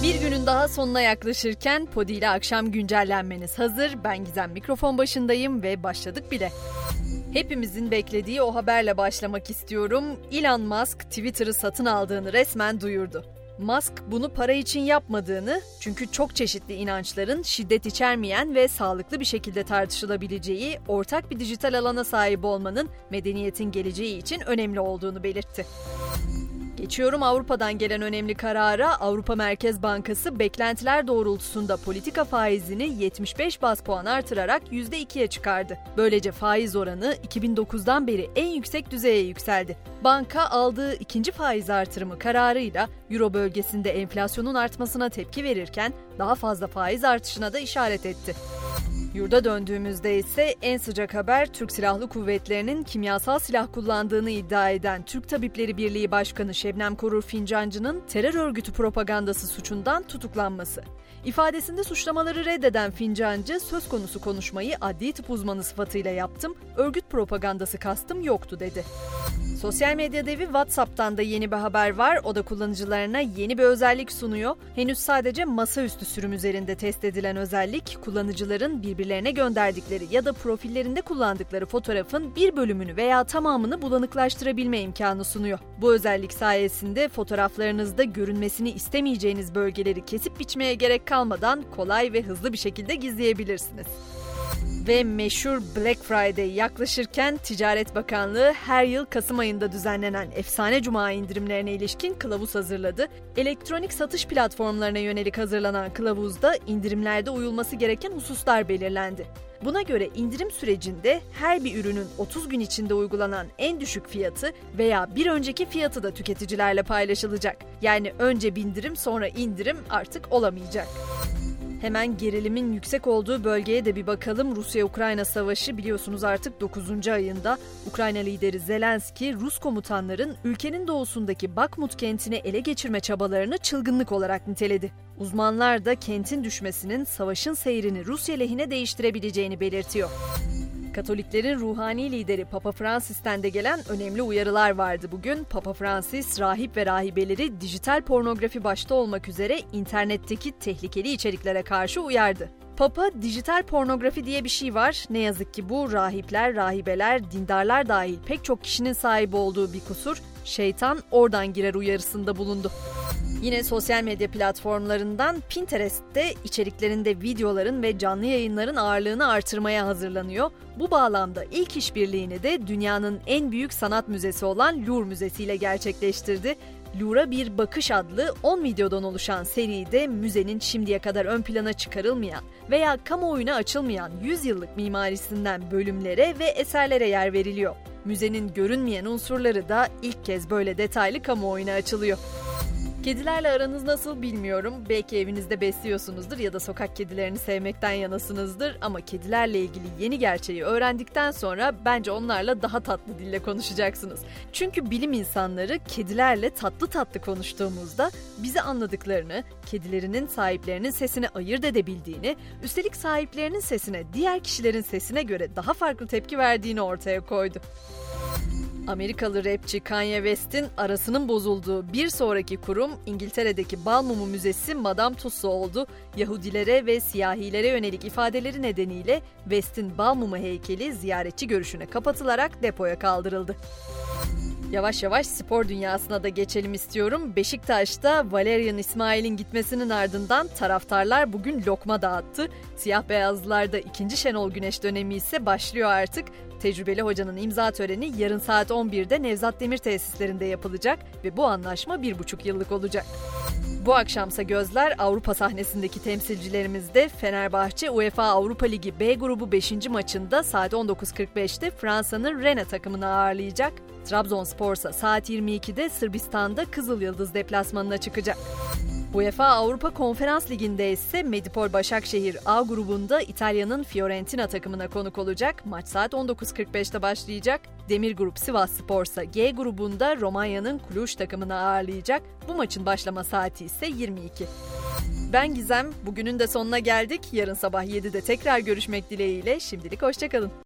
Bir günün daha sonuna yaklaşırken Podi ile akşam güncellenmeniz hazır. Ben Gizem, mikrofon başındayım ve başladık bile. Hepimizin beklediği o haberle başlamak istiyorum. Elon Musk Twitter'ı satın aldığını resmen duyurdu. Musk bunu para için yapmadığını, çünkü çok çeşitli inançların şiddet içermeyen ve sağlıklı bir şekilde tartışılabileceği ortak bir dijital alana sahip olmanın medeniyetin geleceği için önemli olduğunu belirtti. Geçiyorum Avrupa'dan gelen önemli karara. Avrupa Merkez Bankası beklentiler doğrultusunda politika faizini 75 baz puan artırarak %2'ye çıkardı. Böylece faiz oranı 2009'dan beri en yüksek düzeye yükseldi. Banka aldığı ikinci faiz artırımı kararıyla Euro bölgesinde enflasyonun artmasına tepki verirken daha fazla faiz artışına da işaret etti. Yurda döndüğümüzde ise en sıcak haber Türk Silahlı Kuvvetleri'nin kimyasal silah kullandığını iddia eden Türk Tabipleri Birliği Başkanı Şebnem Korur Fincancı'nın terör örgütü propagandası suçundan tutuklanması. İfadesinde suçlamaları reddeden Fincancı, söz konusu konuşmayı adli tıp uzmanı sıfatıyla yaptım, örgüt propagandası kastım yoktu dedi. Sosyal medya devi WhatsApp'tan da yeni bir haber var. O da kullanıcılarına yeni bir özellik sunuyor. Henüz sadece masaüstü sürüm üzerinde test edilen özellik, kullanıcıların birbirlerine gönderdikleri ya da profillerinde kullandıkları fotoğrafın bir bölümünü veya tamamını bulanıklaştırabilme imkanı sunuyor. Bu özellik sayesinde fotoğraflarınızda görünmesini istemeyeceğiniz bölgeleri kesip biçmeye gerek kalmadan kolay ve hızlı bir şekilde gizleyebilirsiniz. Ve meşhur Black Friday yaklaşırken Ticaret Bakanlığı her yıl Kasım ayında düzenlenen efsane cuma indirimlerine ilişkin kılavuz hazırladı. Elektronik satış platformlarına yönelik hazırlanan kılavuzda indirimlerde uyulması gereken hususlar belirlendi. Buna göre indirim sürecinde her bir ürünün 30 gün içinde uygulanan en düşük fiyatı veya bir önceki fiyatı da tüketicilerle paylaşılacak. Yani önce bindirim sonra indirim artık olamayacak. Hemen gerilimin yüksek olduğu bölgeye de bir bakalım. Rusya-Ukrayna savaşı biliyorsunuz artık 9. ayında. Ukrayna lideri Zelenski, Rus komutanların ülkenin doğusundaki Bakmut kentini ele geçirme çabalarını çılgınlık olarak niteledi. Uzmanlar da kentin düşmesinin savaşın seyrini Rusya lehine değiştirebileceğini belirtiyor. Katoliklerin ruhani lideri Papa Francis'ten de gelen önemli uyarılar vardı bugün. Papa Francis, rahip ve rahibeleri dijital pornografi başta olmak üzere internetteki tehlikeli içeriklere karşı uyardı. Papa, dijital pornografi diye bir şey var. Ne yazık ki bu rahipler, rahibeler, dindarlar dahil pek çok kişinin sahip olduğu bir kusur. Şeytan oradan girer uyarısında bulundu. Yine sosyal medya platformlarından Pinterest'te içeriklerinde videoların ve canlı yayınların ağırlığını artırmaya hazırlanıyor. Bu bağlamda ilk işbirliğini de dünyanın en büyük sanat müzesi olan Louvre Müzesi ile gerçekleştirdi. Louvre'a bir bakış adlı 10 videodan oluşan seride müzenin şimdiye kadar ön plana çıkarılmayan veya kamuoyuna açılmayan 100 yıllık mimarisinden bölümlere ve eserlere yer veriliyor. Müzenin görünmeyen unsurları da ilk kez böyle detaylı kamuoyuna açılıyor. Kedilerle aranız nasıl bilmiyorum. Belki evinizde besliyorsunuzdur ya da sokak kedilerini sevmekten yanasınızdır. Ama kedilerle ilgili yeni gerçeği öğrendikten sonra bence onlarla daha tatlı dille konuşacaksınız. Çünkü bilim insanları kedilerle tatlı tatlı konuştuğumuzda bizi anladıklarını, kedilerinin sahiplerinin sesini ayırt edebildiğini, üstelik sahiplerinin sesine diğer kişilerin sesine göre daha farklı tepki verdiğini ortaya koydu. Amerikalı rapçi Kanye West'in arasının bozulduğu bir sonraki kurum İngiltere'deki bal mumu müzesi Madame Tussauds oldu. Yahudilere ve siyahilere yönelik ifadeleri nedeniyle West'in bal mumu heykeli ziyaretçi görüşüne kapatılarak depoya kaldırıldı. Yavaş yavaş spor dünyasına da geçelim istiyorum. Beşiktaş'ta Valerian İsmail'in gitmesinin ardından taraftarlar bugün lokma dağıttı. Siyah beyazlılarda ikinci Şenol Güneş dönemi ise başlıyor artık. Tecrübeli hocanın imza töreni yarın saat 11'de Nevzat Demir tesislerinde yapılacak ve bu anlaşma 1,5 yıllık olacak. Bu akşamsa gözler Avrupa sahnesindeki temsilcilerimizde. Fenerbahçe UEFA Avrupa Ligi B grubu 5. maçında saat 19.45'te Fransa'nın Rennes takımını ağırlayacak. Trabzonspor'sa saat 22'de Sırbistan'da Kızıl Yıldız deplasmanına çıkacak. UEFA Avrupa Konferans Ligi'nde ise Medipol Başakşehir A grubunda İtalya'nın Fiorentina takımına konuk olacak. Maç saat 19.45'te başlayacak. Demir Grup Sivasspor'sa G grubunda Romanya'nın Cluj takımını ağırlayacak. Bu maçın başlama saati ise 22. Ben Gizem, bugünün de sonuna geldik. Yarın sabah 7'de tekrar görüşmek dileğiyle. Şimdilik hoşça kalın.